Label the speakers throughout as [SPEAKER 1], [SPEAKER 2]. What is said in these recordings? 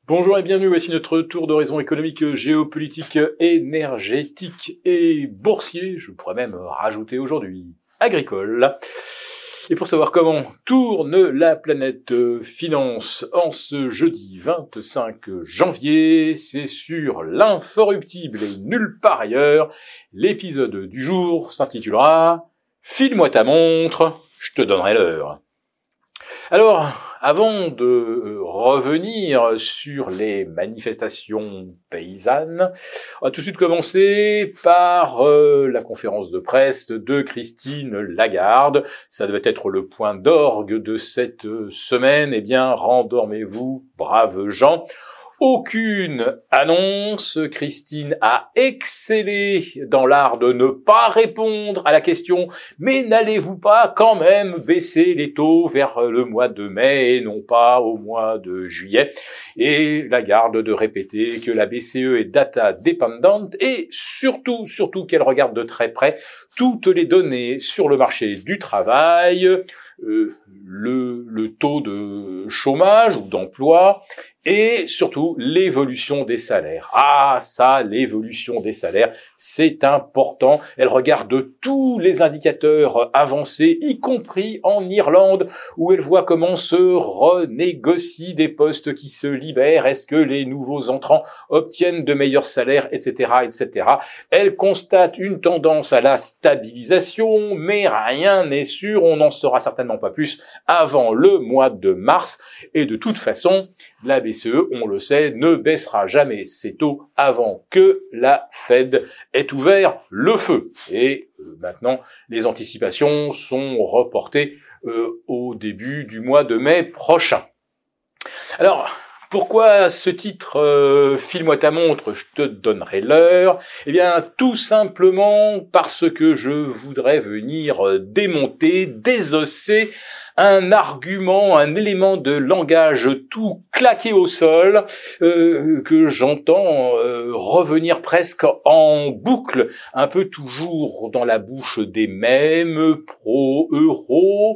[SPEAKER 1] Bonjour et bienvenue, voici notre tour d'horizon économique, géopolitique, énergétique et boursier, je pourrais même rajouter aujourd'hui agricole. Et pour savoir comment tourne la planète finance en ce jeudi 25 janvier, c'est sur l'inforruptible et nulle part ailleurs. L'épisode du jour s'intitulera « File-moi ta montre, je te donnerai l'heure ». Alors, avant de revenir sur les manifestations paysannes, on va tout de suite commencer par la conférence de presse de Christine Lagarde. Ça devait être le point d'orgue de cette semaine. Eh bien, rendormez-vous, braves gens. Aucune annonce. Christine a excellé dans l'art de ne pas répondre à la question « Mais n'allez-vous pas quand même baisser les taux vers le mois de mai et non pas au mois de juillet ?» Et Lagarde de répéter que la BCE est data dependent et surtout qu'elle regarde de très près toutes les données sur le marché du travail, le taux de chômage ou d'emploi, et surtout l'évolution des salaires. Ah, ça, l'évolution des salaires, c'est important. Elle regarde tous les indicateurs avancés, y compris en Irlande, où elle voit comment se renégocient des postes qui se libèrent. Est-ce que les nouveaux entrants obtiennent de meilleurs salaires, etc., etc. Elle constate une tendance à la stabilisation, mais rien n'est sûr. On n'en saura certainement pas plus avant le mois de mars. Et de toute façon, la BCE, on le sait, ne baissera jamais ses taux avant que la Fed ait ouvert le feu. Et maintenant, les anticipations sont reportées au début du mois de mai prochain. Alors, pourquoi ce titre File-moi ta montre, je te donnerai l'heure? Eh bien, tout simplement parce que je voudrais venir démonter, désosser un argument, un élément de langage tout claqué au sol que j'entends revenir presque en boucle, un peu toujours dans la bouche des mêmes pro-euro,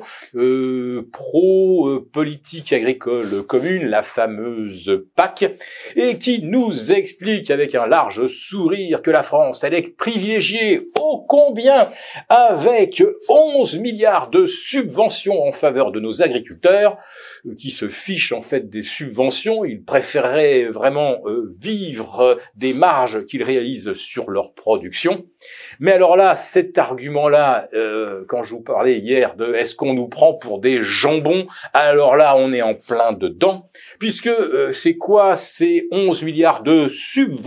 [SPEAKER 1] pro-politique agricole commune, la fameuse PAC, et qui nous explique avec un large sourire que la France, elle est privilégiée ô combien avec 11 milliards de subventions en faveur de nos agriculteurs, qui se fichent en fait des subventions. Ils préféreraient vraiment vivre des marges qu'ils réalisent sur leur production. Mais alors là, cet argument-là, quand je vous parlais hier de est-ce qu'on nous prend pour des jambons, alors là, on est en plein dedans, puisque c'est quoi ces 11 milliards de subventions ?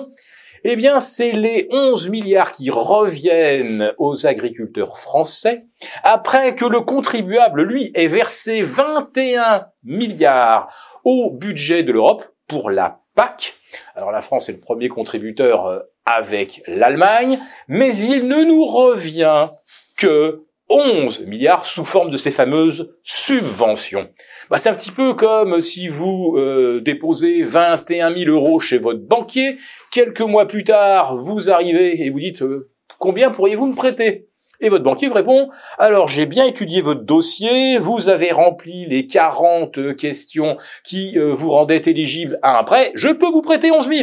[SPEAKER 1] Eh bien, c'est les 11 milliards qui reviennent aux agriculteurs français après que le contribuable, lui, ait versé 21 milliards au budget de l'Europe pour la PAC. Alors la France est le premier contributeur avec l'Allemagne, mais il ne nous revient que 11 milliards sous forme de ces fameuses subventions. C'est un petit peu comme si vous déposez 21 000 euros chez votre banquier, quelques mois plus tard, vous arrivez et vous dites « Combien pourriez-vous me prêter ?» Et votre banquier vous répond « Alors, j'ai bien étudié votre dossier, vous avez rempli les 40 questions qui vous rendaient éligible à un prêt, je peux vous prêter 11 000 !»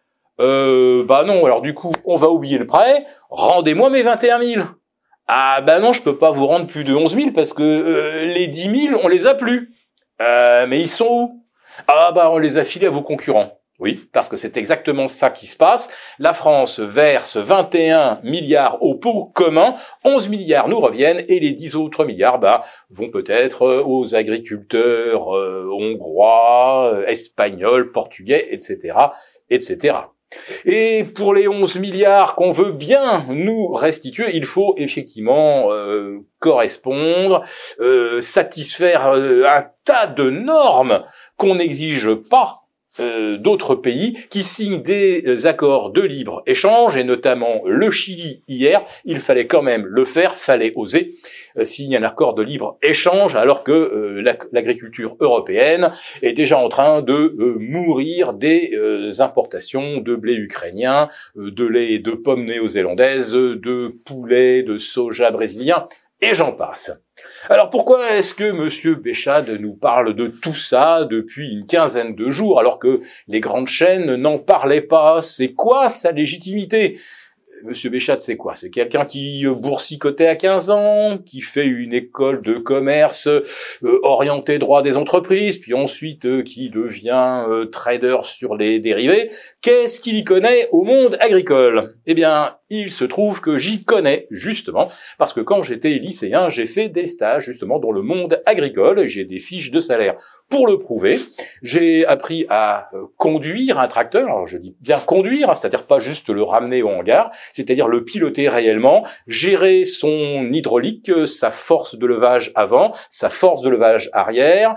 [SPEAKER 1] Non, alors du coup, on va oublier le prêt, rendez-moi mes 21 000 !» Ah non, je peux pas vous rendre plus de 11 000 parce que les 10 000, on les a plus. Mais ils sont où? On les a filés à vos concurrents. Oui, parce que c'est exactement ça qui se passe. La France verse 21 milliards au pot commun, 11 milliards nous reviennent et les 10 autres milliards vont peut-être aux agriculteurs hongrois, espagnols, portugais, etc., etc. Et pour les 11 milliards qu'on veut bien nous restituer, il faut effectivement correspondre, satisfaire un tas de normes qu'on n'exige pas d'autres pays qui signent des accords de libre-échange, et notamment le Chili hier. Il fallait quand même le faire, fallait oser signer un accord de libre-échange alors que l'agriculture européenne est déjà en train de mourir des importations de blé ukrainien, de lait et de pommes néo-zélandaises, de poulet, de soja brésilien, et j'en passe. Alors pourquoi est-ce que Monsieur Béchade nous parle de tout ça depuis une quinzaine de jours alors que les grandes chaînes n'en parlaient pas? C'est quoi sa légitimité? Monsieur Béchade, c'est quoi? C'est quelqu'un qui boursicotait à 15 ans, qui fait une école de commerce orientée droit des entreprises, puis ensuite qui devient trader sur les dérivés. Qu'est-ce qu'il y connaît au monde agricole? Eh bien, il se trouve que j'y connais, justement, parce que quand j'étais lycéen, j'ai fait des stages, justement, dans le monde agricole, et j'ai des fiches de salaire pour le prouver. J'ai appris à conduire un tracteur, alors je dis bien conduire, c'est-à-dire pas juste le ramener au hangar, c'est-à-dire le piloter réellement, gérer son hydraulique, sa force de levage avant, sa force de levage arrière,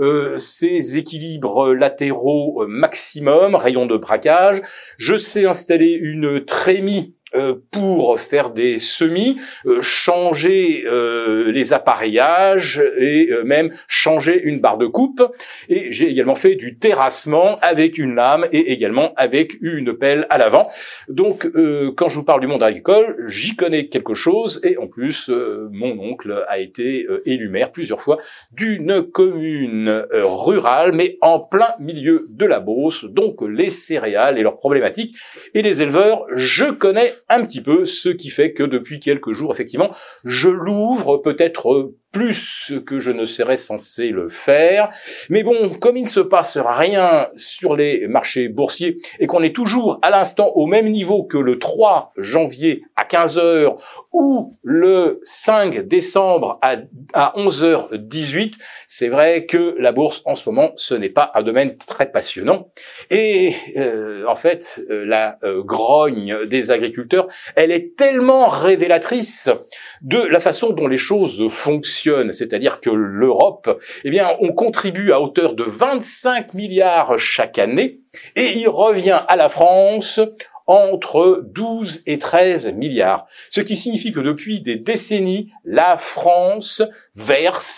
[SPEAKER 1] ses équilibres latéraux maximum, rayon de braquage. Je sais installer une trémie pour faire des semis, changer les appareillages et même changer une barre de coupe. Et j'ai également fait du terrassement avec une lame et également avec une pelle à l'avant. Donc quand je vous parle du monde agricole, j'y connais quelque chose et en plus mon oncle a été élu maire plusieurs fois d'une commune rurale mais en plein milieu de la Beauce, donc les céréales et leurs problématiques et les éleveurs, je connais un petit peu, ce qui fait que depuis quelques jours, effectivement, je l'ouvre peut-être plus que je ne serais censé le faire. Mais bon, comme il ne se passe rien sur les marchés boursiers et qu'on est toujours à l'instant au même niveau que le 3 janvier à 15h ou le 5 décembre à 11h18, c'est vrai que la bourse en ce moment, ce n'est pas un domaine très passionnant. Et en fait, la grogne des agriculteurs, elle est tellement révélatrice de la façon dont les choses fonctionnent. C'est-à-dire que l'Europe, eh bien, on contribue à hauteur de 25 milliards chaque année et il revient à la France entre 12 et 13 milliards. Ce qui signifie que depuis des décennies, la France verse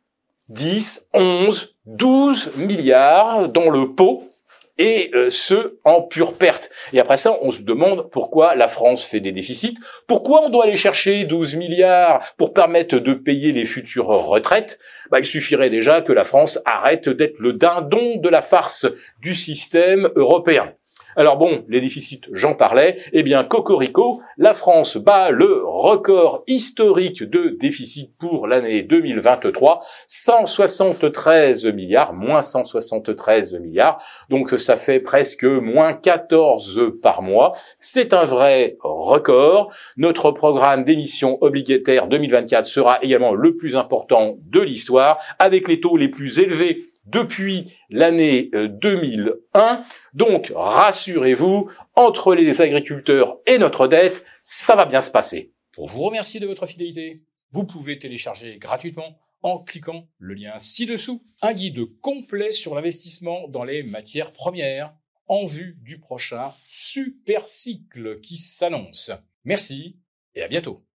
[SPEAKER 1] 10, 11, 12 milliards dans le pot et ce, en pure perte. Et après ça, on se demande pourquoi la France fait des déficits, pourquoi on doit aller chercher 12 milliards pour permettre de payer les futures retraites. Il suffirait déjà que la France arrête d'être le dindon de la farce du système européen. Alors bon, les déficits, j'en parlais, eh bien cocorico, la France bat le record historique de déficit pour l'année 2023, 173 milliards, moins 173 milliards, donc ça fait presque moins 14 par mois, c'est un vrai record. Notre programme d'émission obligataire 2024 sera également le plus important de l'histoire, avec les taux les plus élevés depuis l'année 2001. Donc, rassurez-vous, entre les agriculteurs et notre dette, ça va bien se passer. Pour vous remercier de votre fidélité, vous pouvez télécharger gratuitement, en cliquant le lien ci-dessous, un guide complet sur l'investissement dans les matières premières, en vue du prochain super cycle qui s'annonce. Merci et à bientôt.